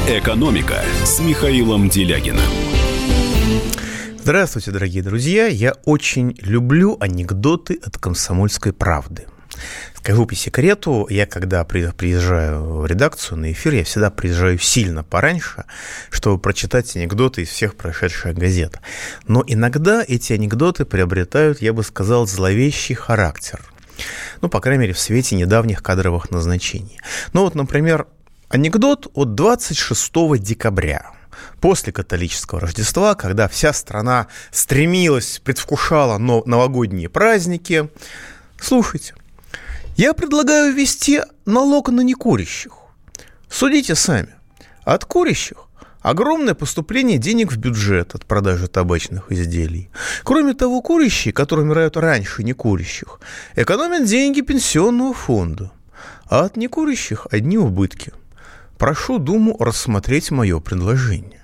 «Экономика» с Михаилом Делягиным. Здравствуйте, дорогие друзья. Я очень люблю анекдоты от «Комсомольской правды». Скажу по секрету, я когда приезжаю в редакцию на эфир, я всегда приезжаю сильно пораньше, чтобы прочитать анекдоты из всех прошедших газет. Но иногда эти анекдоты приобретают, я бы сказал, зловещий характер. Ну, по крайней мере, в свете недавних кадровых назначений. Ну, вот, например, анекдот от 26 декабря. После католического Рождества, когда вся страна стремилась, предвкушала новогодние праздники. Слушайте. Я предлагаю ввести налог на некурящих. Судите сами. От курящих огромное поступление денег в бюджет от продажи табачных изделий. Кроме того, курящие, которые умирают раньше некурящих, экономят деньги пенсионного фонда. А от некурящих одни убытки. Прошу Думу рассмотреть мое предложение.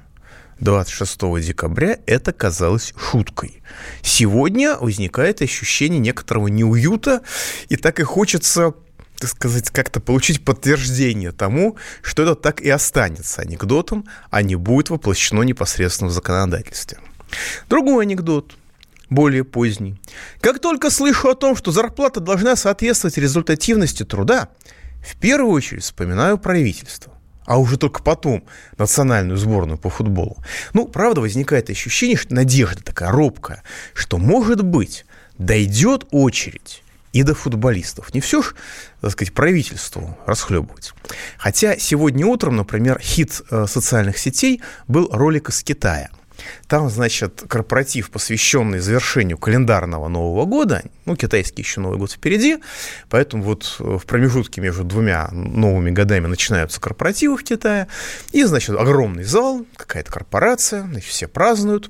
26 декабря это казалось шуткой. Сегодня возникает ощущение некоторого неуюта, и так и хочется, так сказать, как-то получить подтверждение тому, что это так и останется анекдотом, а не будет воплощено непосредственно в законодательстве. Другой анекдот, более поздний. Как только слышу о том, что зарплата должна соответствовать результативности труда, в первую очередь вспоминаю правительство. А уже только потом национальную сборную по футболу. Ну, правда, возникает ощущение, что надежда такая робкая, что, может быть, дойдет очередь и до футболистов. Не все ж, так сказать, правительству расхлебывать. Хотя сегодня утром, например, хит социальных сетей был ролик из Китая. Там, значит, корпоратив, посвященный завершению календарного Нового года. Ну, китайский еще Новый год впереди. Поэтому вот в промежутке между двумя новыми годами начинаются корпоративы в Китае. И, значит, огромный зал, какая-то корпорация, значит, все празднуют.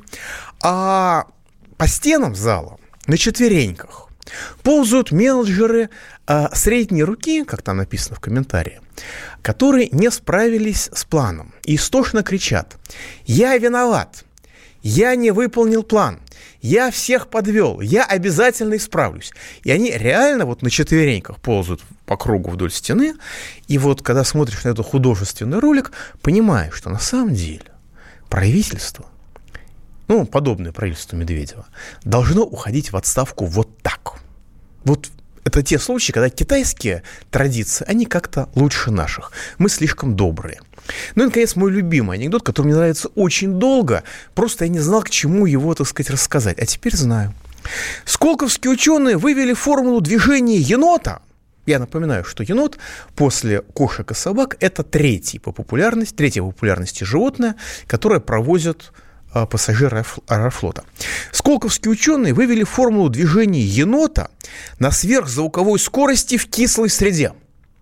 А по стенам зала на четвереньках ползают менеджеры средней руки, как там написано в комментарии, которые не справились с планом. И истошно кричат: «Я виноват! Я не выполнил план, я всех подвел, я обязательно исправлюсь». И они реально вот на четвереньках ползают по кругу вдоль стены. И вот когда смотришь на этот художественный ролик, понимаешь, что на самом деле правительство, ну, подобное правительству Медведева, должно уходить в отставку вот так. Вот это те случаи, когда китайские традиции, они как-то лучше наших. Мы слишком добрые. Ну и, наконец, мой любимый анекдот, который мне нравится очень долго. Просто я не знал, к чему его, так сказать, рассказать. А теперь знаю. Сколковские ученые вывели формулу движения енота. Я напоминаю, что енот после кошек и собак – это третье по популярности животное, которое провозят пассажиры Аэрофлота. Сколковские ученые вывели формулу движения енота на сверхзвуковой скорости в кислой среде.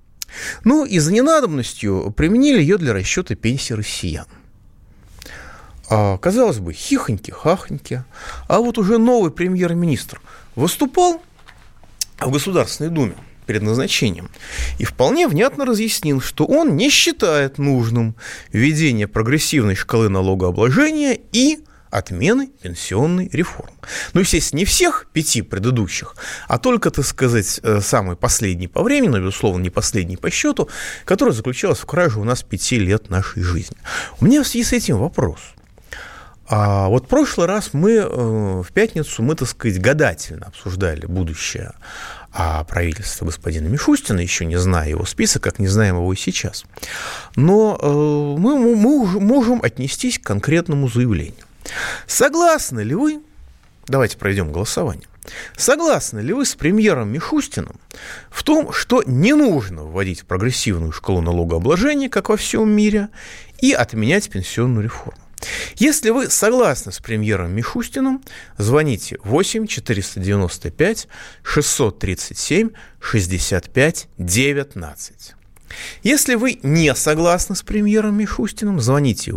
Ну и за ненадобностью применили ее для расчета пенсии россиян. Казалось бы, хихоньки-хахоньки. А вот уже новый премьер-министр выступал в Государственной Думе перед назначением и вполне внятно разъяснил, что он не считает нужным введение прогрессивной шкалы налогообложения и отмены пенсионной реформы. Ну, естественно, не всех 5 предыдущих, а только, так сказать, самый последний по времени, но, безусловно, не последний по счету, который заключался в краже у нас 5 лет нашей жизни. У меня в связи с этим вопрос. Вот в прошлый раз в пятницу мы, так сказать, гадательно обсуждали будущее правительства господина Мишустина, еще не зная его список, как не знаем его и сейчас. Но мы можем отнестись к конкретному заявлению. Согласны ли вы, давайте проведем голосование, согласны ли вы с премьером Мишустиным в том, что не нужно вводить прогрессивную шкалу налогообложения, как во всем мире, и отменять пенсионную реформу? Если вы согласны с премьером Мишустиным, звоните 8-497-637-65-19. Если вы не согласны с премьером Мишустиным, звоните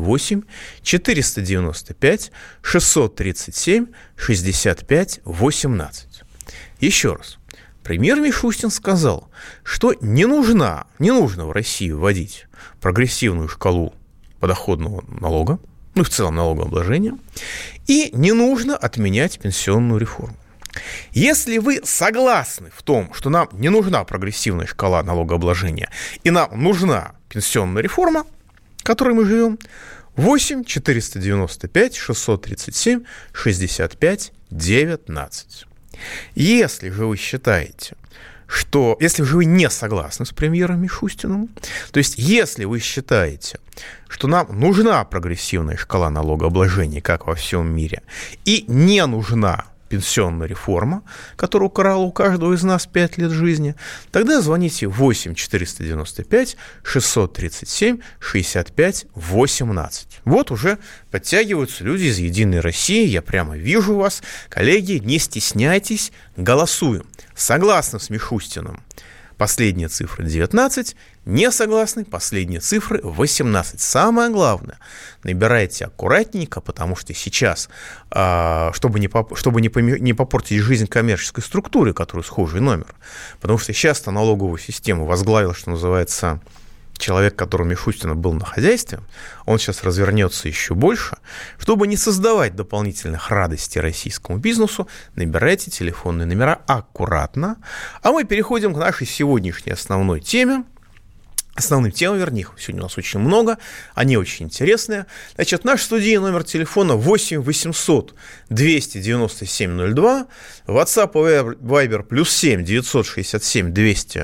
8-495-637-65-18. Еще раз. Премьер Мишустин сказал, что не нужно в России вводить прогрессивную шкалу подоходного налога, ну и в целом налогообложения, и не нужно отменять пенсионную реформу. Если вы согласны в том, что нам не нужна прогрессивная шкала налогообложения и нам нужна пенсионная реформа, которой мы живем, 8 495 637 65 19. Если же вы считаете, что если же вы не согласны с премьером Мишустиным, то есть если вы считаете, что нам нужна прогрессивная шкала налогообложения, как во всем мире, и не нужна пенсионная реформа, которая украла у каждого из нас 5 лет жизни, тогда звоните 8 495 637 65 18. Вот уже подтягиваются люди из «Единой России». Я прямо вижу вас. Коллеги, не стесняйтесь, голосуем. Согласны с Мишустиным? Последняя цифра 19, не согласны, последние цифры 18. Самое главное, набирайте аккуратненько, потому что сейчас, чтобы не попортить жизнь коммерческой структуре, которую схожий номер, потому что сейчас-то налоговую систему возглавил, что называется, человек, который Мишустина был на хозяйстве, он сейчас развернется еще больше. Чтобы не создавать дополнительных радостей российскому бизнесу, набирайте телефонные номера аккуратно. А мы переходим к нашей сегодняшней основной теме. Основным темам, вернее, их сегодня у нас очень много, они очень интересные. Значит, наш студийный номер телефона 8 800 297 02, WhatsApp и Viber +7 967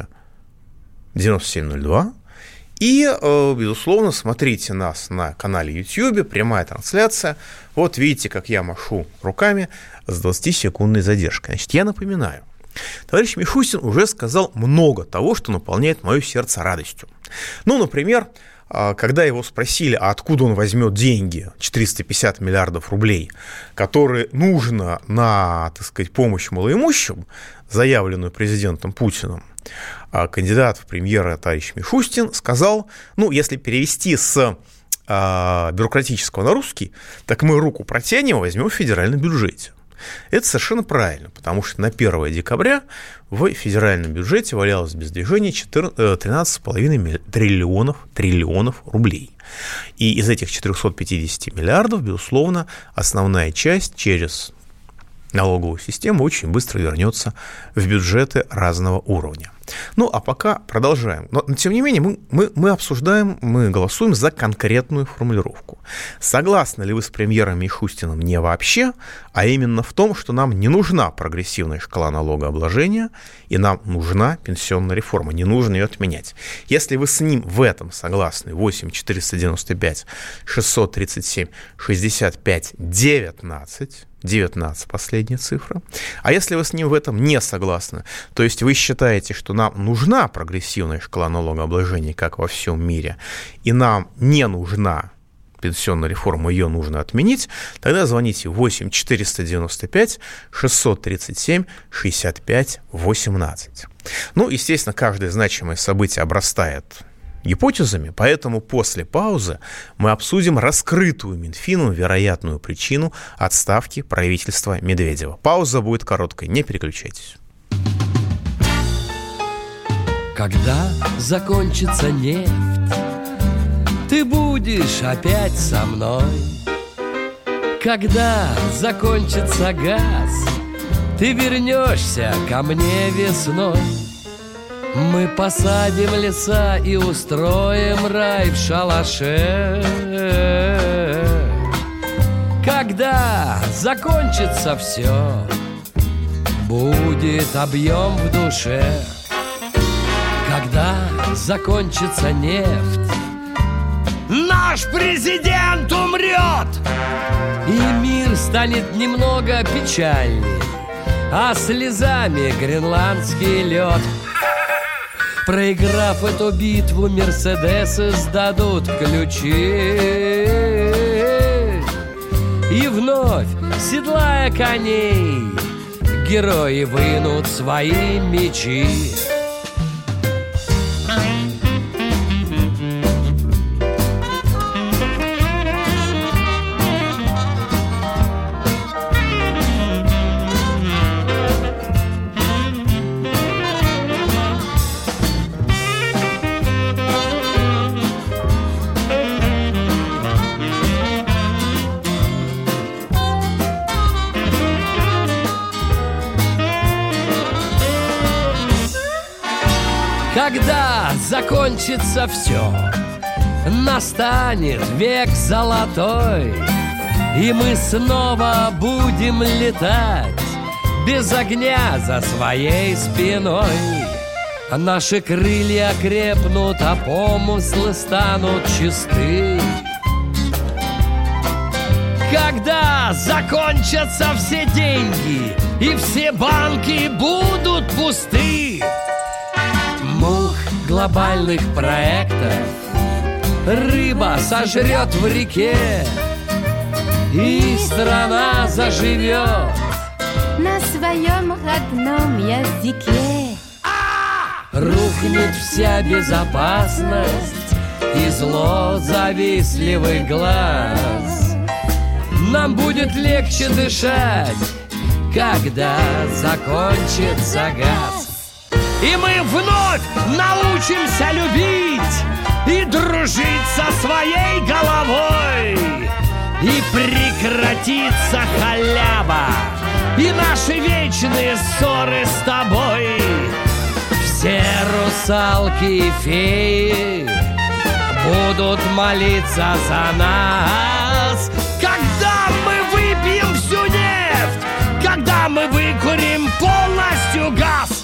297 02. И, безусловно, смотрите нас на канале YouTube, прямая трансляция. Вот видите, как я машу руками с 20-секундной задержкой. Значит, я напоминаю, товарищ Мишустин уже сказал много того, что наполняет мое сердце радостью. Ну, например, когда его спросили, а откуда он возьмет деньги, 450 миллиардов рублей, которые нужно на, так сказать, помощь малоимущим, заявленную президентом Путиным, кандидат в премьеры товарищ Мишустин сказал, ну, если перевести с бюрократического на русский, так мы руку протянем и возьмем в федеральном бюджете. Это совершенно правильно, потому что на 1 декабря в федеральном бюджете валялось без движения 13,5 триллионов рублей. И из этих 450 миллиардов, безусловно, основная часть через налоговую систему очень быстро вернется в бюджеты разного уровня. Ну, а пока продолжаем. Но, тем не менее, мы обсуждаем, мы голосуем за конкретную формулировку. Согласны ли вы с премьером Мишустиным не вообще, а именно в том, что нам не нужна прогрессивная шкала налогообложения, и нам нужна пенсионная реформа, не нужно ее отменять. Если вы с ним в этом согласны, 8 495 637 65 19 последняя цифра. А если вы с ним в этом не согласны, то есть вы считаете, что нам нужна прогрессивная шкала налогообложения, как во всем мире, и нам не нужна пенсионная реформа, ее нужно отменить, тогда звоните 8 495 637 65 18. Ну, естественно, каждое значимое событие обрастает гипотезами, поэтому после паузы мы обсудим раскрытую Минфином вероятную причину отставки правительства Медведева. Пауза будет короткой, не переключайтесь. Когда закончится нефть, ты будешь опять со мной. Когда закончится газ, ты вернешься ко мне весной. Мы посадим леса и устроим рай в шалаше. Когда закончится все, будет объем в душе. Когда закончится нефть, наш президент умрет, и мир станет немного печальней, а слезами гренландский лед. Проиграв эту битву, мерседесы сдадут ключи, и вновь, седлая коней, герои вынут свои мечи. Когда закончится все, настанет век золотой, и мы снова будем летать без огня за своей спиной. Наши крылья крепнут, а помыслы станут чисты. Когда закончатся все деньги и все банки будут пусты, мух глобальных проектов рыба сожрет в реке, и страна заживет на своем родном языке. Рухнет вся безопасность и зло завистливых глаз. Нам будет легче дышать, когда закончится газ. И мы вновь научимся любить и дружить со своей головой. И прекратится халява и наши вечные ссоры с тобой. Все русалки и феи будут молиться за нас, когда мы выпьем всю нефть, когда мы выкурим полностью газ.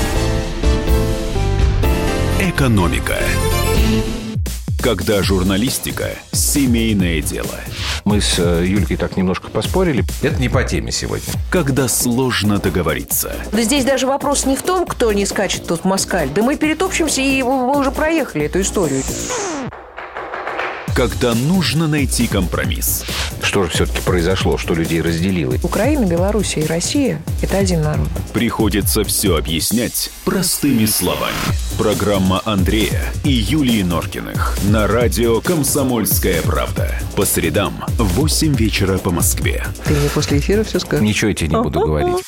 Экономика. Когда журналистика – семейное дело. Мы с Юлькой так немножко поспорили. Это не по теме сегодня. Когда сложно договориться. Да здесь даже вопрос не в том, кто не скачет тут москаль. Да мы перетопчемся, и мы уже проехали эту историю. Когда нужно найти компромисс. Что же все-таки произошло, что людей разделило? Украина, Белоруссия и Россия – это один народ. Приходится все объяснять простыми словами. Программа Андрея и Юлии Норкиных на радио «Комсомольская правда». По средам в 8 вечера по Москве. Ты мне после эфира все скажешь? Ничего я тебе не буду говорить.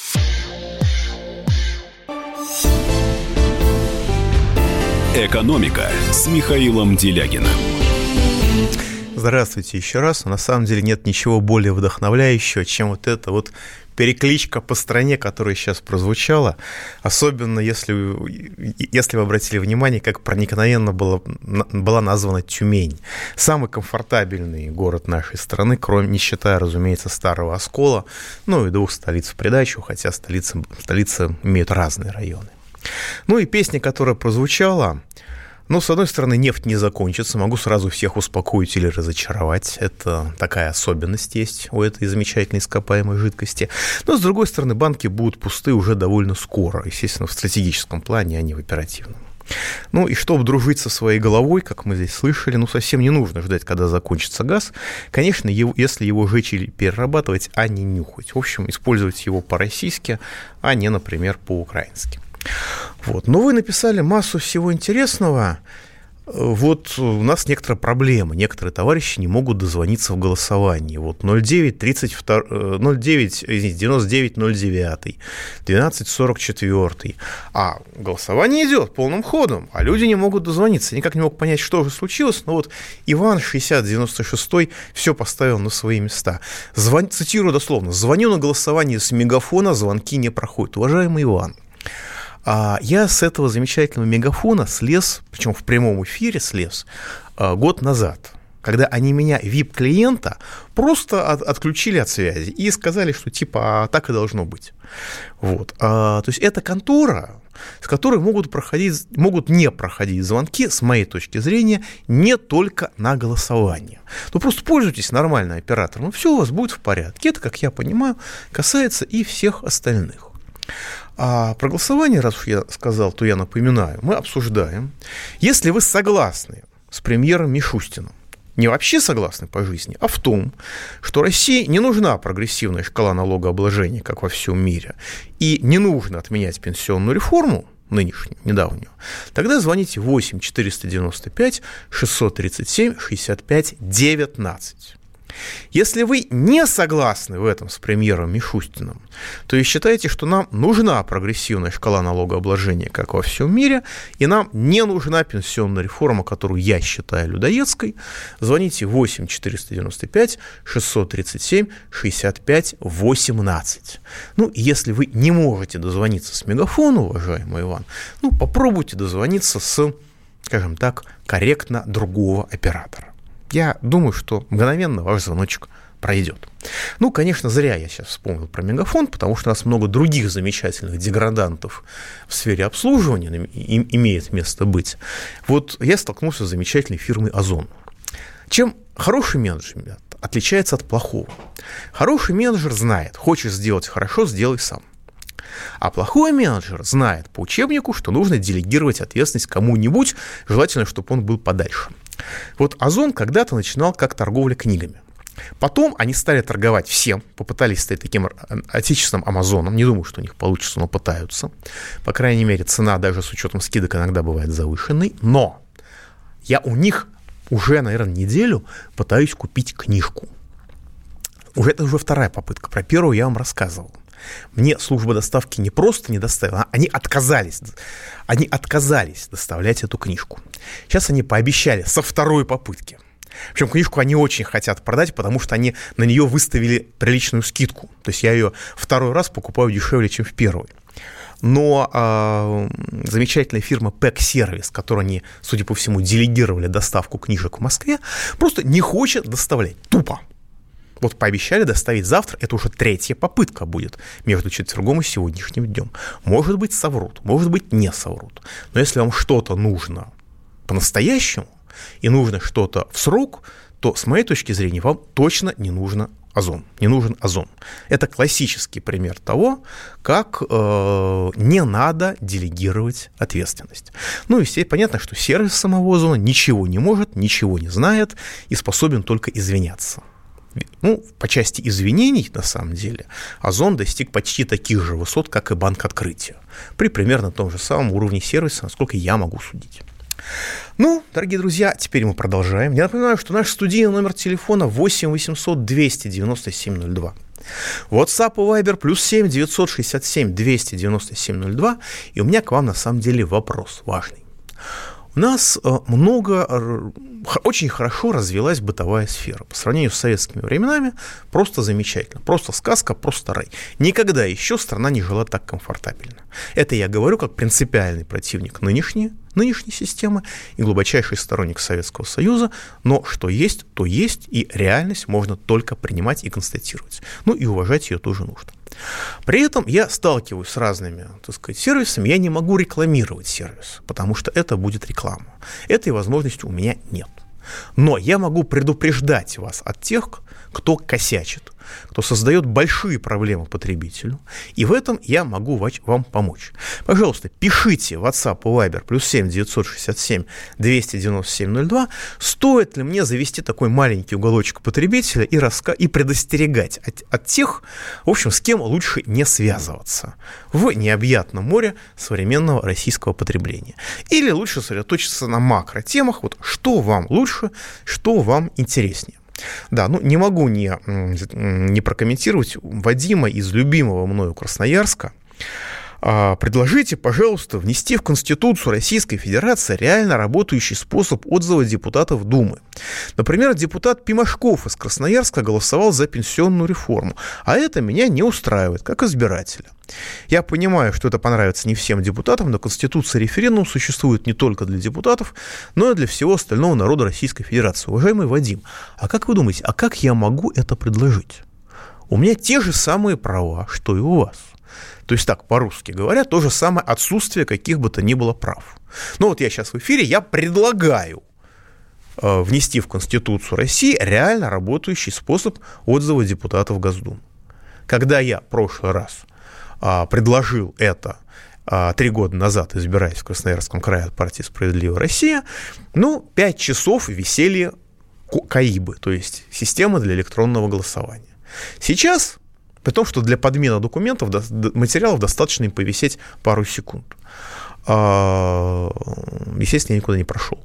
«Экономика» с Михаилом Делягиным. Здравствуйте еще раз. На самом деле нет ничего более вдохновляющего, чем вот эта вот перекличка по стране, которая сейчас прозвучала. Особенно если вы обратили внимание, как проникновенно была названа Тюмень. Самый комфортабельный город нашей страны, не считая, разумеется, Старого Оскола, ну и двух столиц в придачу, хотя столицы имеют разные районы. Ну и песня, которая прозвучала, ну, с одной стороны, нефть не закончится, могу сразу всех успокоить или разочаровать. Это такая особенность есть у этой замечательной ископаемой жидкости. Но, с другой стороны, банки будут пусты уже довольно скоро, естественно, в стратегическом плане, а не в оперативном. Ну, и чтобы дружить со своей головой, как мы здесь слышали, совсем не нужно ждать, когда закончится газ. Конечно, если его жечь или перерабатывать, а не нюхать. В общем, использовать его по-российски, а не, например, по-украински. Вот. Но вы написали массу всего интересного. Вот у нас некоторая проблема. Некоторые товарищи не могут дозвониться в голосовании. Вот 99-09-09, 12-44. А голосование идет полным ходом, а люди не могут дозвониться. Никак не могут понять, что же случилось. Но вот Иван 6096 все поставил на свои места. Цитирую дословно. «Звоню на голосование с мегафона, звонки не проходят». Уважаемый Иван, я с этого замечательного мегафона слез, причем в прямом эфире слез, год назад, когда они меня, VIP-клиента, просто отключили от связи и сказали, что типа так и должно быть. Вот. То есть это контора, с которой могут не проходить звонки, с моей точки зрения, не только на голосование. Просто пользуйтесь нормальным оператором, все у вас будет в порядке. Это, как я понимаю, касается и всех остальных. А про голосование, раз уж я сказал, то я напоминаю, мы обсуждаем, если вы согласны с премьером Мишустиным, не вообще согласны по жизни, а в том, что России не нужна прогрессивная шкала налогообложения, как во всем мире, и не нужно отменять пенсионную реформу, нынешнюю, недавнюю, тогда звоните 8 495 637 65 19. Если вы не согласны в этом с премьером Мишустиным, то и считаете, что нам нужна прогрессивная шкала налогообложения, как во всем мире, и нам не нужна пенсионная реформа, которую я считаю людоедской, звоните 8 495 637 65 18. Если вы не можете дозвониться с мегафона, уважаемый Иван, попробуйте дозвониться с скажем так, корректно другого оператора. Я думаю, что мгновенно ваш звоночек пройдет. Ну, конечно, зря я сейчас вспомнил про Мегафон, потому что у нас много других замечательных деградантов в сфере обслуживания имеет место быть. Вот я столкнулся с замечательной фирмой «Озон». Чем хороший менеджмент отличается от плохого? Хороший менеджер знает, хочешь сделать хорошо, сделай сам. А плохой менеджер знает по учебнику, что нужно делегировать ответственность кому-нибудь, желательно, чтобы он был подальше. Вот «Озон» когда-то начинал как торговля книгами. Потом они стали торговать всем, попытались стать таким отечественным Амазоном. Не думаю, что у них получится, но пытаются. По крайней мере, цена даже с учетом скидок иногда бывает завышенной. Но я у них уже, наверное, неделю пытаюсь купить книжку. Это уже вторая попытка. Про первую я вам рассказывал. Мне служба доставки не просто не доставила, они отказались доставлять эту книжку. Сейчас они пообещали со второй попытки. Причем книжку они очень хотят продать, потому что они на нее выставили приличную скидку. То есть я ее второй раз покупаю дешевле, чем в первый. Но замечательная фирма PEC Service, которой они, судя по всему, делегировали доставку книжек в Москве, просто не хочет доставлять. Тупо. Вот пообещали доставить завтра, это уже третья попытка будет между четвергом и сегодняшним днем. Может быть, соврут, может быть, не соврут. Но если вам что-то нужно по-настоящему, и нужно что-то в срок, то, с моей точки зрения, вам точно не нужен Озон. Это классический пример того, как не надо делегировать ответственность. Ну, и понятно, что сервис самого Озона ничего не может, ничего не знает и способен только извиняться. Ну, по части извинений, на самом деле, Озон достиг почти таких же высот, как и Банк Открытия, при примерно том же самом уровне сервиса, насколько я могу судить. Ну, дорогие друзья, теперь мы продолжаем. Я напоминаю, что наш студийный номер телефона 8 800 297 02. WhatsApp и Viber +7 967 297 02. И у меня к вам на самом деле вопрос важный. У нас очень хорошо развилась бытовая сфера. По сравнению с советскими временами просто замечательно. Просто сказка, просто рай. Никогда еще страна не жила так комфортабельно. Это я говорю как принципиальный противник нынешней системы и глубочайший сторонник Советского Союза. Но что есть, то есть, и реальность можно только принимать и констатировать. Ну и уважать ее тоже нужно. При этом я сталкиваюсь с разными, сервисами, я не могу рекламировать сервис, потому что это будет реклама. Этой возможности у меня нет. Но я могу предупреждать вас от тех, кто косячит, кто создает большие проблемы потребителю, и в этом я могу вам помочь. Пожалуйста, пишите в WhatsApp и Viber +7 967 297 02, стоит ли мне завести такой маленький уголочек потребителя и предостерегать от тех, в общем, с кем лучше не связываться в необъятном море современного российского потребления. Или лучше сосредоточиться на макротемах, вот что вам лучше, что вам интереснее. Да, не могу не прокомментировать Вадима из любимого мною Красноярска. Предложите, пожалуйста, внести в Конституцию Российской Федерации реально работающий способ отзыва депутатов Думы. Например, депутат Пимашков из Красноярска голосовал за пенсионную реформу, а это меня не устраивает, как избирателя. Я понимаю, что это понравится не всем депутатам, но Конституция референдум существует не только для депутатов, но и для всего остального народа Российской Федерации. Уважаемый Вадим, а как вы думаете, как я могу это предложить? У меня те же самые права, что и у вас. То есть так, по-русски говоря, то же самое отсутствие каких бы то ни было прав. Но вот я сейчас в эфире, я предлагаю внести в Конституцию России реально работающий способ отзыва депутатов Госдумы. Когда я в прошлый раз предложил это 3 года назад, избираясь в Красноярском крае от партии «Справедливая Россия», 5 часов висели КАИБы, то есть система для электронного голосования. Сейчас, при том, что для подмены документов, материалов достаточно им повисеть пару секунд. Естественно, я никуда не прошел.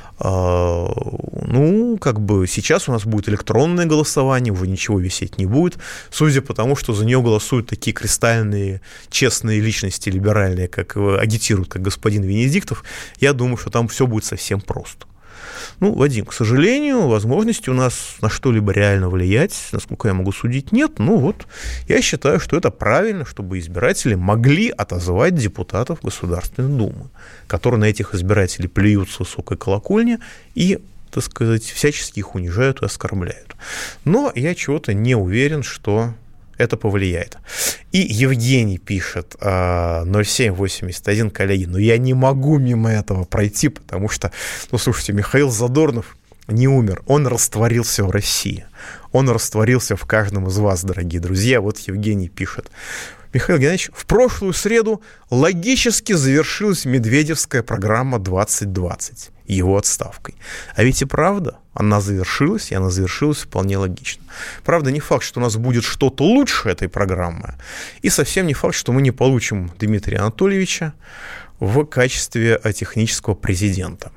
Сейчас у нас будет электронное голосование, уже ничего висеть не будет, судя по тому, что за нее голосуют такие кристальные, честные личности либеральные, как агитируют, как господин Венедиктов, я думаю, что там все будет совсем просто. Ну, Вадим, к сожалению, возможности у нас на что-либо реально влиять, насколько я могу судить, нет. Ну вот, я считаю, что это правильно, чтобы избиратели могли отозвать депутатов Государственной Думы, которые на этих избирателей плюют с высокой колокольни и, так сказать, всячески их унижают и оскорбляют. Но я чего-то не уверен, что это повлияет. И Евгений пишет, 0781, коллеги, но я не могу мимо этого пройти, потому что, ну, слушайте, Михаил Задорнов не умер, он растворился в России. Он растворился в каждом из вас, дорогие друзья. Вот Евгений пишет. Михаил Геннадьевич, в прошлую среду логически завершилась Медведевская программа 2020, его отставкой. А ведь и правда, она завершилась, и она завершилась вполне логично. Правда, не факт, что у нас будет что-то лучше этой программы, и совсем не факт, что мы не получим Дмитрия Анатольевича в качестве технического президента.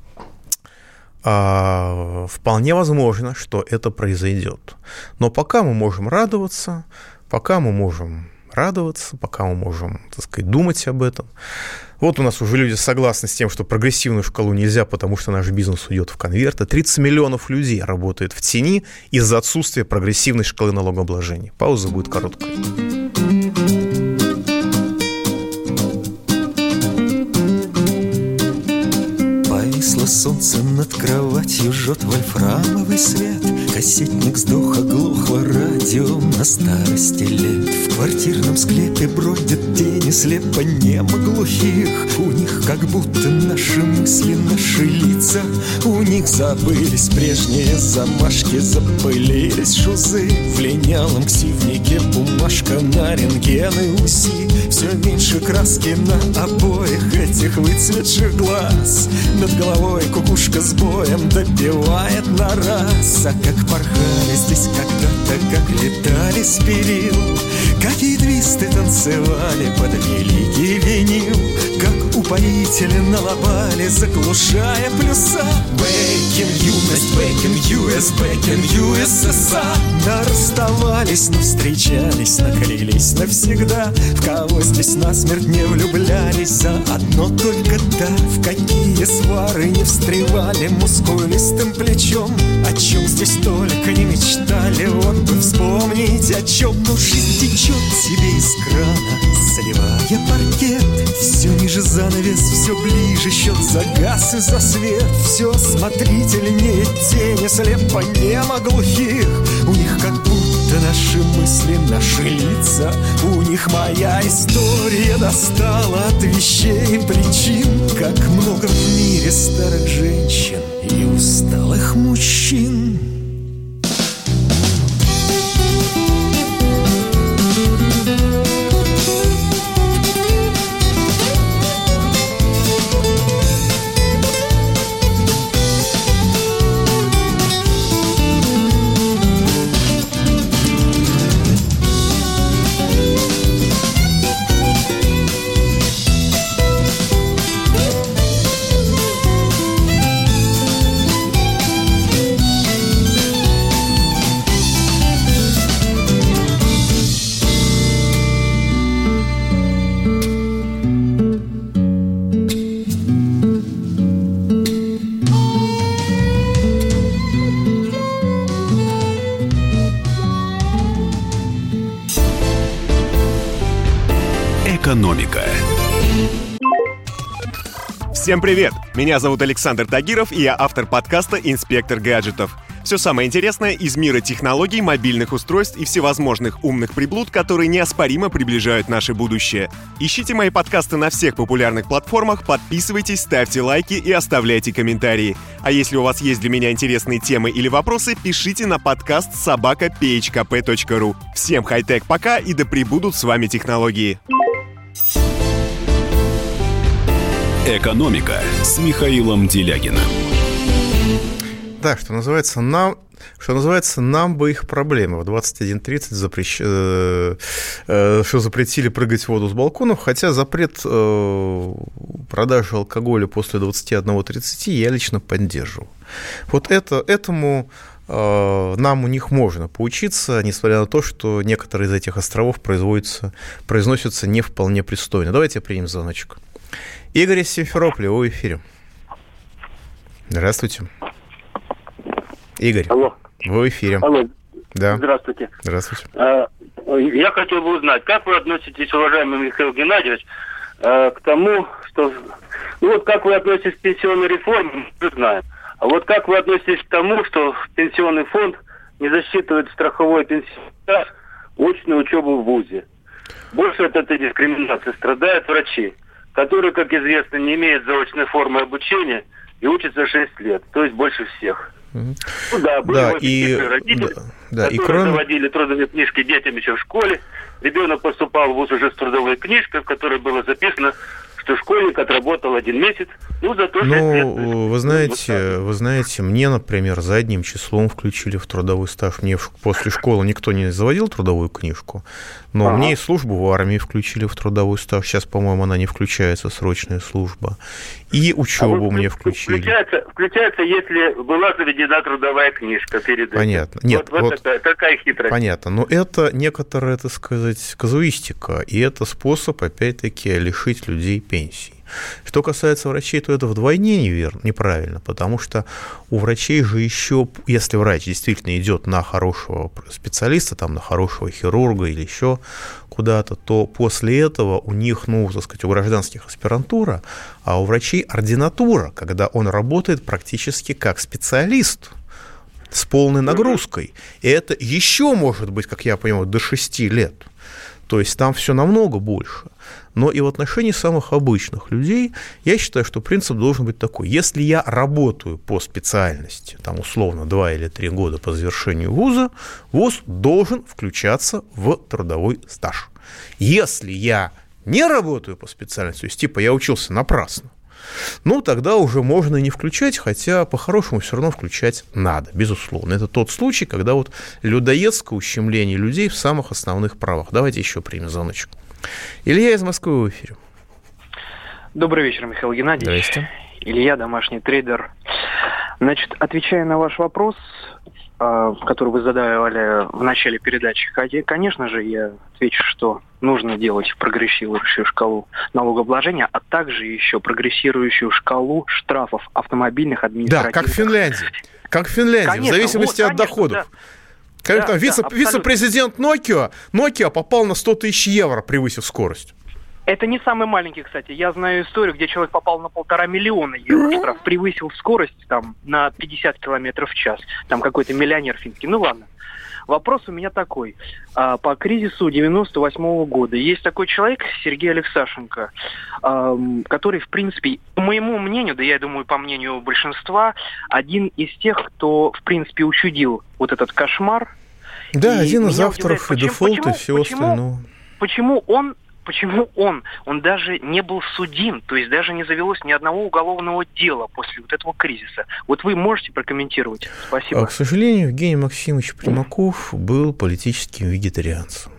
Вполне возможно, что это произойдет. Но пока мы можем радоваться, пока мы можем, так сказать, думать об этом. Вот у нас уже люди согласны с тем, что прогрессивную шкалу нельзя, потому что наш бизнес уйдет в конверты. 30 миллионов людей работают в тени из-за отсутствия прогрессивной шкалы налогообложения. Пауза будет короткой. Повисло солнце над кроватью, жжет вольфрамовый свет. Кассетник сдох, оглохло радио на старости лет. В квартирном склепе бродят тени слепо немо глухих. У них как будто наши мысли, наши лица. У них забылись прежние замашки, запылились шузы. В линялом ксивнике бумажка на рентген и УЗИ. Все меньше краски на обоих этих выцветших глаз. Над головой кукушка с боем добивает на раз. А как порхали здесь когда-то, как летали с перил, какие твисты танцевали под великий винил, как упоительно лобали, заглушая плюса. Бэкин юность, бэкин US, бэкин USSR. Расставались, но встречались, наклялись навсегда. В кого здесь насмерть не влюблялись, за одно только да. В какие свары не встревали мускулистым плечом. О чем здесь только не мечтали, вот бы вспомнить о чем. Но жизнь течет себе из крана, заливая паркет. Все ниже занавес, все ближе, счет за газ и за свет. Все смотрительнее тени слепо немо глухих. У них как будто наши мысли, наши лица. У них моя история достала от вещей и причин. Как много в мире старых женщин и усталых мужчин. Экономика. Всем привет! Меня зовут Александр Тагиров, и я автор подкаста «Инспектор гаджетов». Все самое интересное из мира технологий, мобильных устройств и всевозможных умных приблуд, которые неоспоримо приближают наше будущее. Ищите мои подкасты на всех популярных платформах, подписывайтесь, ставьте лайки и оставляйте комментарии. А если у вас есть для меня интересные темы или вопросы, пишите на подкаст @phkp.ru. Всем хай-тек пока, и да пребудут с вами технологии. «Экономика» с Михаилом Делягиным. Да, что называется, нам бы их проблемы. В 21:30 что запретили прыгать в воду с балконов, хотя запрет продажи алкоголя после 21:30 я лично поддерживаю. Вот этому нам у них можно поучиться, несмотря на то, что некоторые из этих островов произносятся не вполне пристойно. Давайте примем звоночек. Игорь из Симферополя, вы в эфире. Здравствуйте. Игорь, Алло. вы в эфире. Алло. Да. Здравствуйте. Здравствуйте. Я хотел бы узнать, как вы относитесь, уважаемый Михаил Геннадьевич, к тому, что... Ну вот как вы относитесь к пенсионной реформе, мы знаем. А вот как вы относитесь к тому, что пенсионный фонд не засчитывает страховой пенсионный стаж очную учебу в ВУЗе? Больше от этой дискриминации страдают врачи, которые, как известно, не имеют заочной формы обучения и учатся 6 лет, то есть больше всех. Ну да, были родители, которые заводили трудовые книжки детям еще в школе. Ребенок поступал в ВУЗ уже с трудовой книжкой, в которой было записано, что школьник отработал 1 месяц, за то, 6 лет. Вы знаете, мне, например, задним числом включили в трудовой стаж. Мне после школы никто не заводил трудовую книжку, но мне и службу в армии включили в трудовой стаж. Сейчас, по-моему, она не включается, срочная служба. И учебу мне включили. Включается, если была заведена трудовая книжка перед этим. Понятно. Нет, вот такая хитрость. Понятно. Но это некоторая, так сказать, казуистика. И это способ, опять-таки, лишить людей пенсии. Что касается врачей, то это вдвойне неправильно, потому что у врачей же еще, если врач действительно идет на хорошего специалиста, там, на хорошего хирурга или еще куда-то, то после этого у них, так сказать, у гражданских аспирантура, а у врачей ординатура, когда он работает практически как специалист с полной нагрузкой. И это еще может быть, как я понимаю, до 6 лет. То есть там все намного больше. Но и в отношении самых обычных людей я считаю, что принцип должен быть такой. Если я работаю по специальности, там условно 2 или 3 года по завершению вуза, вуз должен включаться в трудовой стаж. Если я не работаю по специальности, то есть типа я учился напрасно, тогда уже можно и не включать, хотя по-хорошему все равно включать надо, безусловно. Это тот случай, когда вот людоедское ущемление людей в самых основных правах. Давайте еще примем звоночек. Илья из Москвы в эфире. Добрый вечер, Михаил Геннадьевич. Здрасте. Илья, домашний трейдер. Значит, отвечая на ваш вопрос, который вы задавали в начале передачи, конечно же, я отвечу, что нужно делать прогрессирующую шкалу налогообложения, а также еще прогрессирующую шкалу штрафов автомобильных административных. Да, как в Финляндии, конечно, в зависимости от доходов. Да. Вице-президент Nokia попал на 100 тысяч евро, превысив скорость. Это не самый маленький, кстати. Я знаю историю, где человек попал на 1,5 миллиона евро штраф, превысил скорость там, на 50 километров в час. Там какой-то миллионер финский. Ну ладно. Вопрос у меня такой. По кризису 98-го года есть такой человек, Сергей Алексашенко, который, в принципе, по моему мнению, да я думаю, по мнению большинства, один из тех, кто, в принципе, учудил вот этот кошмар. Да, один из авторов и дефолт, и все остальное. Почему он даже не был судим, то есть даже не завелось ни одного уголовного дела после вот этого кризиса. Вот вы можете прокомментировать? Спасибо. К сожалению, Евгений Максимович Примаков был политическим вегетарианцем.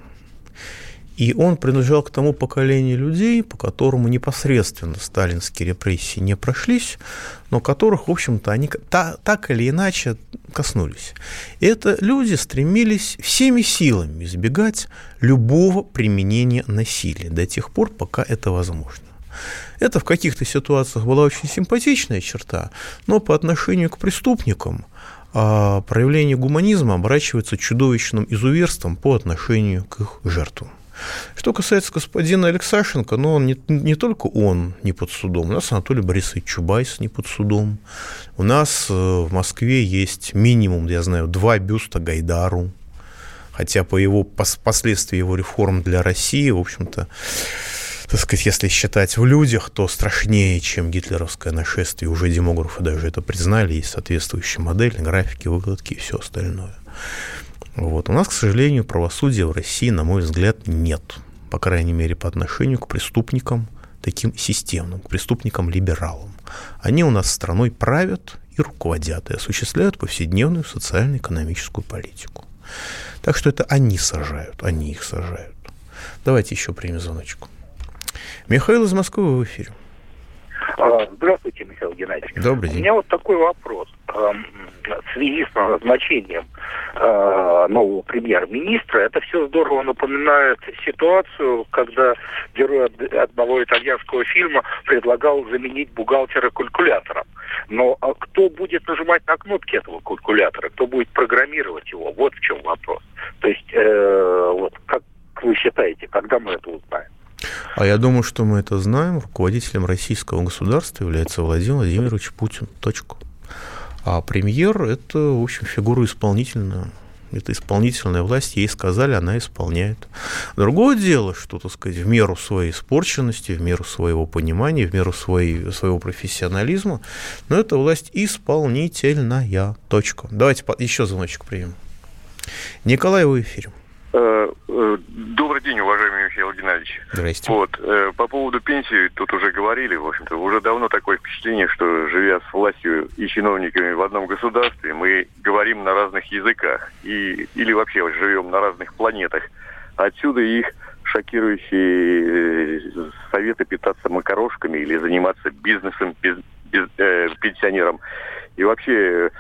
И он принадлежал к тому поколению людей, по которому непосредственно сталинские репрессии не прошлись, но которых, в общем-то, они так или иначе коснулись. И это люди стремились всеми силами избегать любого применения насилия до тех пор, пока это возможно. Это в каких-то ситуациях была очень симпатичная черта, но по отношению к преступникам проявление гуманизма оборачивается чудовищным изуверством по отношению к их жертвам. Что касается господина Алексашенко, он не только он не под судом, у нас Анатолий Борисович Чубайс не под судом, у нас в Москве есть минимум, я знаю, 2 бюста Гайдару, хотя последствия его реформ для России, в общем-то, так сказать, если считать в людях, то страшнее, чем гитлеровское нашествие, уже демографы даже это признали, есть соответствующая модель, графики, выкладки и все остальное. У нас, к сожалению, правосудия в России, на мой взгляд, нет. По крайней мере, по отношению к преступникам таким системным, к преступникам-либералам. Они у нас страной правят и руководят, и осуществляют повседневную социально-экономическую политику. Так что это они их сажают. Давайте еще примем звоночку. Михаил из Москвы в эфире. Здравствуйте, Михаил Геннадьевич. Добрый день. У меня вот такой вопрос. в связи с назначением нового премьер-министра, это все здорово напоминает ситуацию, когда герой одного итальянского фильма предлагал заменить бухгалтера калькулятором. Но кто будет нажимать на кнопки этого калькулятора, кто будет программировать его, вот в чем вопрос. То есть, вот как вы считаете, когда мы это узнаем? А я думаю, что мы это знаем. Руководителем российского государства является Владимир Владимирович Путин. Точка. А премьер – это, в общем, фигура исполнительная. Это исполнительная власть, ей сказали, она исполняет. Другое дело, что, так сказать, в меру своей испорченности, в меру своего понимания, в меру своего профессионализма, но это власть исполнительная. Точка. Давайте еще звоночек примем. Николай, вы в эфире. Добрый день, уважаемый Михаил Геннадьевич. Здрасте. Вот, по поводу пенсии тут уже говорили, в общем-то, уже давно такое впечатление, что, живя с властью и чиновниками в одном государстве, мы говорим на разных языках или вообще живем на разных планетах. Отсюда их шокирующие советы питаться макарошками или заниматься бизнесом пенсионерам. И вообще...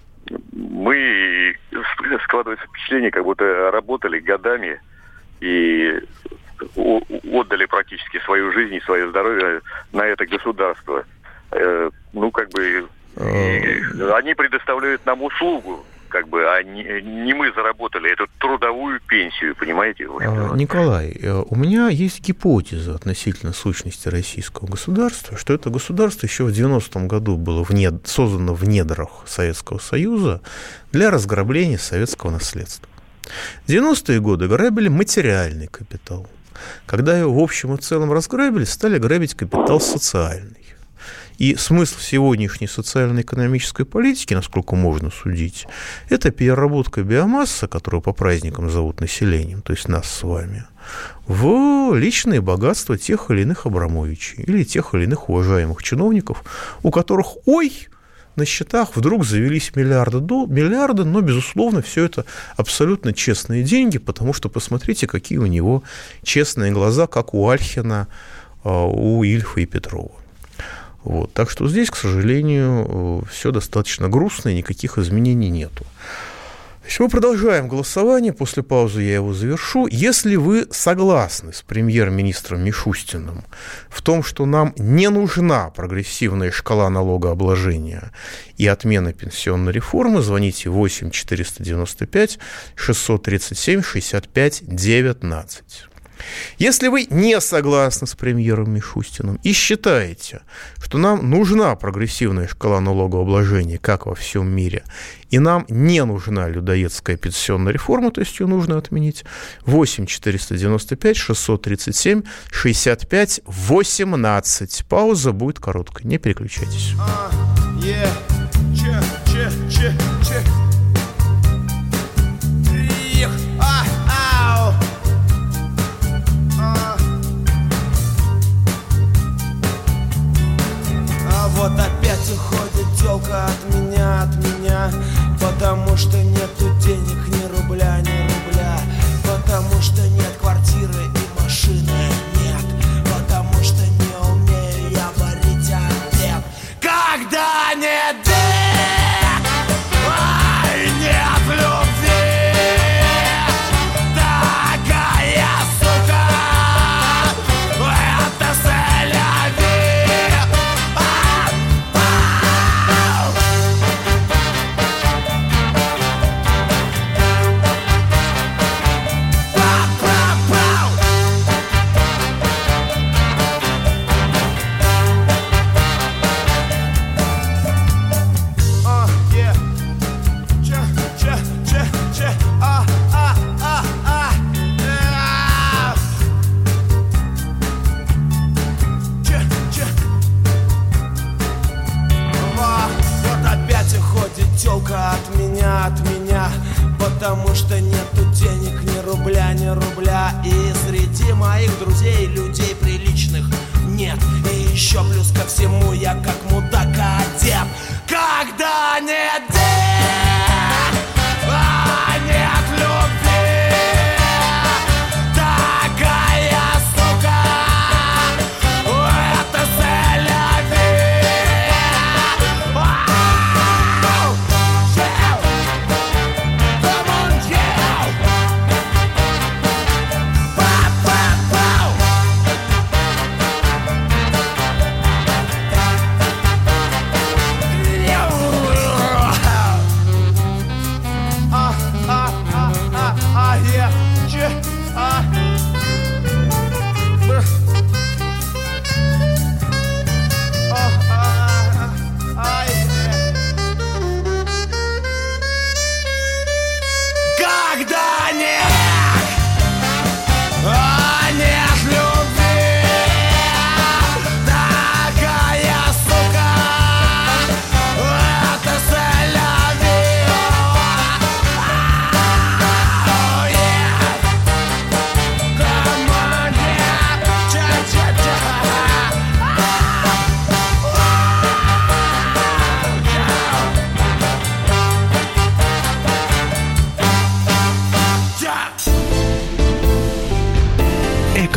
Мы, складывается впечатление, как будто работали годами и отдали практически свою жизнь и свое здоровье на это государство. Ну, как бы, они предоставляют нам услугу, как бы, а не мы заработали эту трудовую пенсию, понимаете? Николай, у меня есть гипотеза относительно сущности российского государства, что это государство еще в 90-м году было создано в недрах Советского Союза для разграбления советского наследства. В 90-е годы грабили материальный капитал. Когда его в общем и целом разграбили, стали грабить капитал социальный. И смысл сегодняшней социально-экономической политики, насколько можно судить, это переработка биомассы, которую по праздникам зовут населением, то есть нас с вами, в личные богатства тех или иных Абрамовичей или тех или иных уважаемых чиновников, у которых, на счетах вдруг завелись миллиарды, но, безусловно, все это абсолютно честные деньги, потому что посмотрите, какие у него честные глаза, как у Альхина, у Ильфа и Петрова. Вот. Так что здесь, к сожалению, все достаточно грустно, и никаких изменений нету. Мы продолжаем голосование. После паузы я его завершу. Если вы согласны с премьер-министром Мишустиным в том, что нам не нужна прогрессивная шкала налогообложения и отмена пенсионной реформы, звоните 8 495 637 65 19. Если вы не согласны с премьером Мишустиным и считаете, что нам нужна прогрессивная шкала налогообложения, как во всем мире, и нам не нужна людоедская пенсионная реформа, то есть ее нужно отменить, 8 495 637 65 18. Пауза будет короткой, не переключайтесь. Вот опять уходит тёлка от меня, потому что нету денег ни рубля, потому что нет квартиры и машины нет, потому что не умею я варить обед. Когда нет денег, нет любви, такая сука, это селяви. От меня, потому что нету денег ни рубля, и среди моих друзей людей приличных нет, и еще плюс ко всему я как мудак одет. Когда нет денег, нет любви, такая сука, это селяви.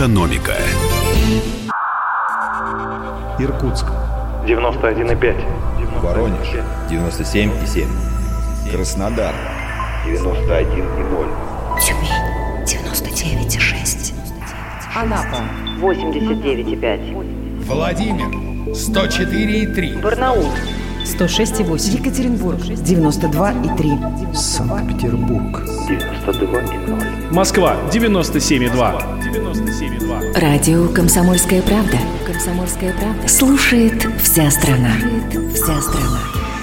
«Экономика». Иркутск 91,5. Воронеж 97,7. Краснодар 91,0. Тюмень 99,6. Анапа 89,5. Владимир 104,3. Барнаул 106,8. Екатеринбург 92,3. Санкт-Петербург 92,0. Москва 97,2. Радио «Комсомольская правда». «Комсомольская правда». Слушает вся страна. Вся страна.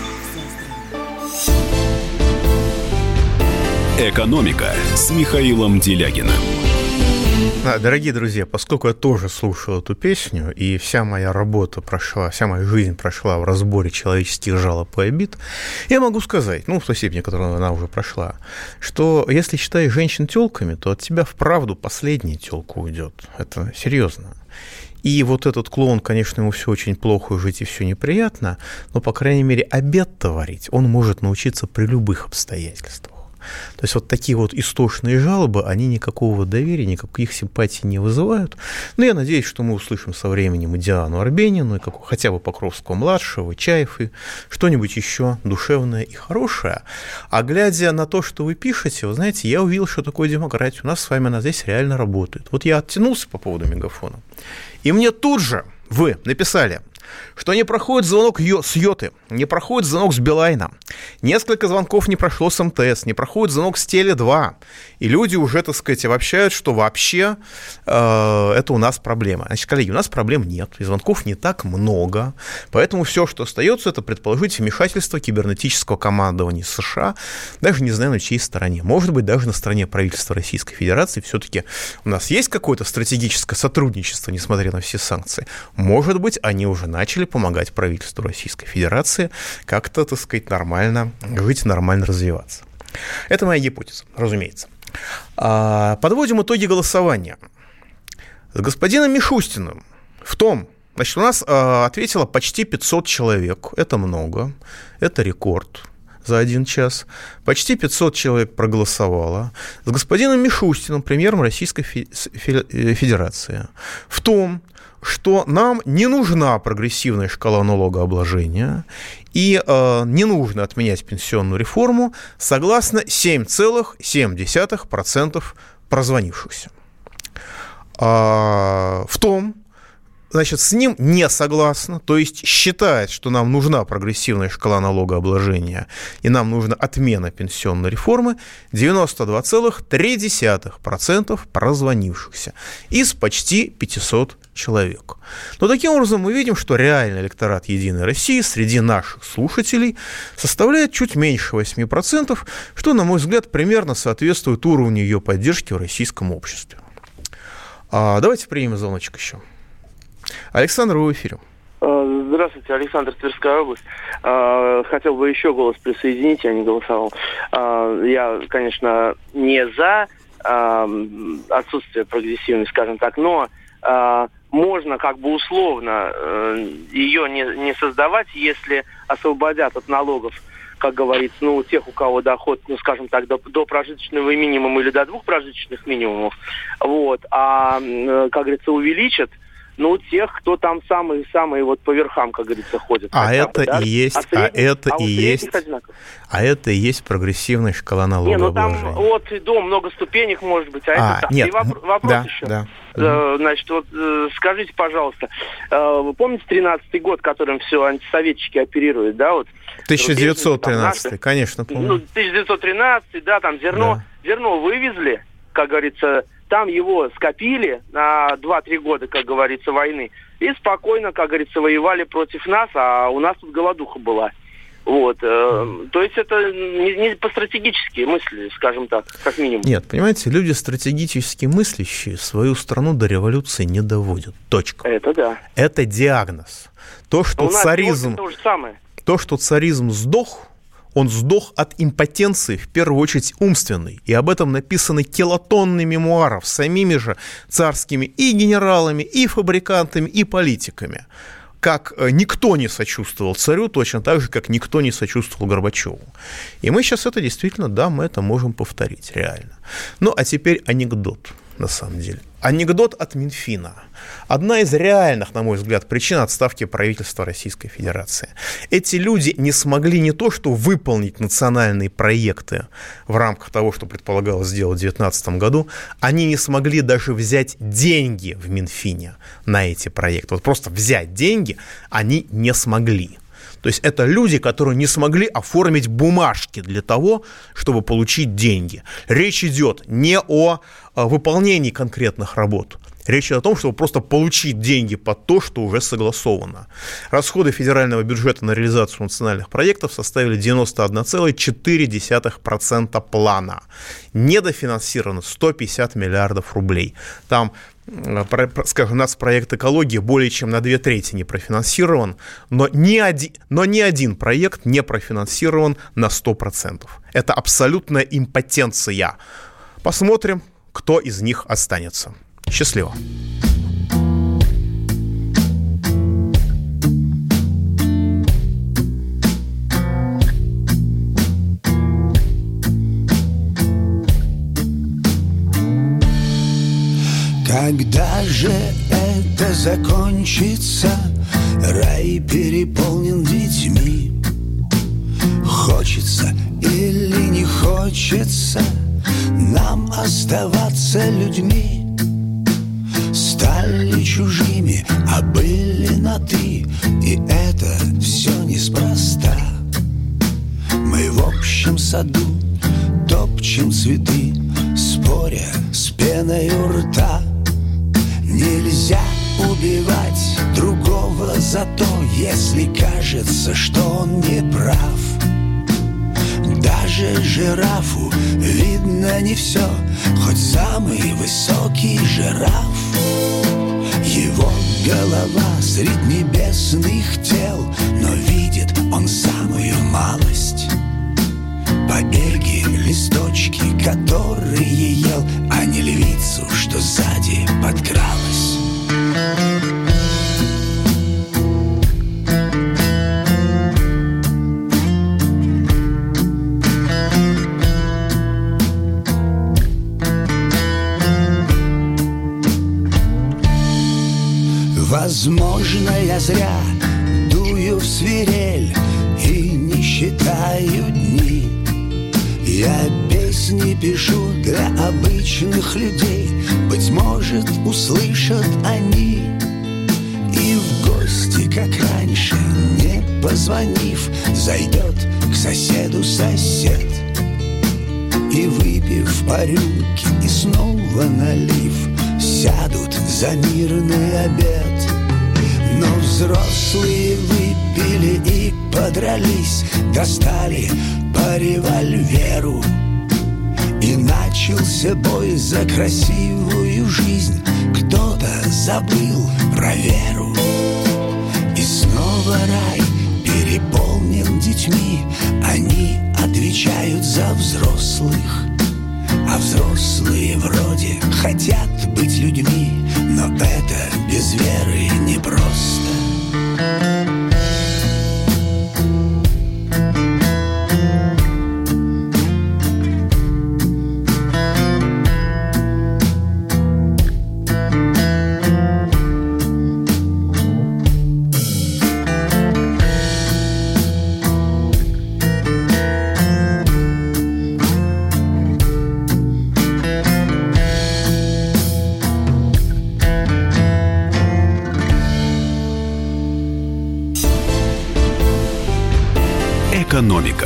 «Экономика» с Михаилом Делягиным. Дорогие друзья, поскольку я тоже слушал эту песню, и вся моя работа прошла, вся моя жизнь прошла в разборе человеческих жалоб и обид, я могу сказать, в той степени, которую она уже прошла, что если считаешь женщин тёлками, то от тебя вправду последняя тёлка уйдет. Это серьезно. И вот этот клоун, конечно, ему все очень плохо, жить и все неприятно, но, по крайней мере, обед-то варить он может научиться при любых обстоятельствах. То есть вот такие вот истошные жалобы, они никакого доверия, никаких симпатий не вызывают. Но я надеюсь, что мы услышим со временем и Диану Арбенину, и хотя бы Покровского-младшего, Чаев, и что-нибудь еще душевное и хорошее. А глядя на то, что вы пишете, вы знаете, я увидел, что такое демократия. У нас с вами она здесь реально работает. Вот я оттянулся по поводу мегафона, и мне тут же вы написали, что не проходит звонок с Йоты, не проходит звонок с Билайна, несколько звонков не прошло с МТС, не проходит звонок с Теле2, и люди уже, так сказать, обобщают, что вообще это у нас проблема. Значит, коллеги, у нас проблем нет, и звонков не так много, поэтому все, что остается, это предположить вмешательство кибернетического командования США, даже не знаю, на чьей стороне. Может быть, даже на стороне правительства Российской Федерации. Все-таки у нас есть какое-то стратегическое сотрудничество, несмотря на все санкции. Может быть, они уже начали помогать правительству Российской Федерации как-то, так сказать, нормально жить, нормально развиваться. Это моя гипотеза, разумеется. Подводим итоги голосования. С господином Мишустиным в том, значит, у нас ответило почти 500 человек. Это много, это рекорд за 1 час. Почти 500 человек проголосовало. С господином Мишустиным, премьером Российской Федерации, в том, что нам не нужна прогрессивная шкала налогообложения и не нужно отменять пенсионную реформу, согласно 7,7% прозвонившихся. В том, значит, с ним не согласна, то есть считает, что нам нужна прогрессивная шкала налогообложения и нам нужна отмена пенсионной реформы, 92,3% прозвонившихся из почти 500 человек. Но таким образом мы видим, что реальный электорат «Единой России» среди наших слушателей составляет чуть меньше 8%, что, на мой взгляд, примерно соответствует уровню ее поддержки в российском обществе. Давайте примем звоночек еще. Александр, вы в эфире. Здравствуйте, Александр, Тверская область. Хотел бы еще голос присоединить, я не голосовал. Я, конечно, не за отсутствие прогрессивной, скажем так, но можно как бы условно ее не создавать, если освободят от налогов, как говорится, тех, у кого доход, скажем так, до прожиточного минимума или до 2 прожиточных минимумов, как говорится, увеличат, тех, кто там самые вот по верхам, как говорится, ходят. Это и есть прогрессивная шкала налогообложения. Там от и до много ступенек, может быть, нет. И вопрос еще. Да. Значит, скажите, пожалуйста, вы помните 13-й год, которым все антисоветчики оперируют, да? 1913, конечно, помню. 1913, да, там зерно вывезли, как говорится, там его скопили на 2-3 года, как говорится, войны, и спокойно, как говорится, воевали против нас, а у нас тут голодуха была. То есть это не по стратегически мысли, скажем так, как минимум. Нет, понимаете, люди стратегически мыслящие свою страну до революции не доводят. Точка. Это да. Это диагноз. То, что царизм сдох, он сдох от импотенции, в первую очередь умственной. И об этом написаны килотонны мемуаров самими же царскими и генералами, и фабрикантами, и политиками. Как никто не сочувствовал царю, точно так же, как никто не сочувствовал Горбачеву. И мы сейчас это действительно, мы это можем повторить реально. А теперь анекдот. на самом деле. Анекдот от Минфина. Одна из реальных, на мой взгляд, причин отставки правительства Российской Федерации. Эти люди не смогли не то что выполнить национальные проекты в рамках того, что предполагалось сделать в 2019 году, они не смогли даже взять деньги в Минфине на эти проекты. Вот просто взять деньги они не смогли. То есть это люди, которые не смогли оформить бумажки для того, чтобы получить деньги. Речь идет не о выполнении конкретных работ. Речь идет о том, чтобы просто получить деньги под то, что уже согласовано. Расходы федерального бюджета на реализацию национальных проектов составили 91,4% плана. Недофинансировано 150 миллиардов рублей. Там, скажем, у нас проект экологии более чем на 2/3 не профинансирован, но ни один проект не профинансирован на 100%. Это абсолютная импотенция. Посмотрим, кто из них останется. Счастливо. Когда же это закончится? Рай переполнен детьми. Хочется или не хочется нам оставаться людьми? Стали чужими, а были на «ты», и это все неспроста. Мы в общем саду топчем цветы, споря с пеной у рта. Нельзя убивать другого за то, если кажется, что он не прав. Даже жирафу видно не все, хоть самый высокий жираф. Его голова средь небесных тел, но видит он самую малость. Побеги, листочки, которые ел, а не львицу, что сзади подкралась. Возможно, я зря дую в свирель и не считаю дни. Я песни пишу для обычных людей, быть может, услышат они. И в гости, как раньше, не позвонив, зайдет к соседу сосед. И выпив по рюмке и снова налив, сядут за мирный обед. Но взрослые выпили и подрались, достали по револьверу. И начался бой за красивую жизнь, кто-то забыл про веру. И снова рай переполнен детьми, они отвечают за взрослых. А взрослые вроде хотят быть людьми, но это без веры непросто. Экономика.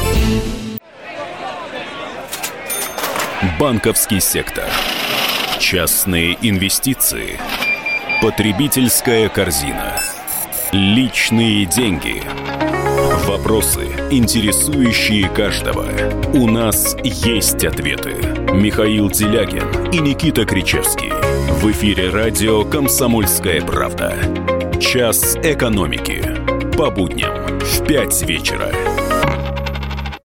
Банковский сектор. Частные инвестиции. Потребительская корзина. Личные деньги. Вопросы, интересующие каждого. У нас есть ответы. Михаил Делягин и Никита Кричевский. В эфире радио «Комсомольская правда». Час экономики. По будням в 5 вечера.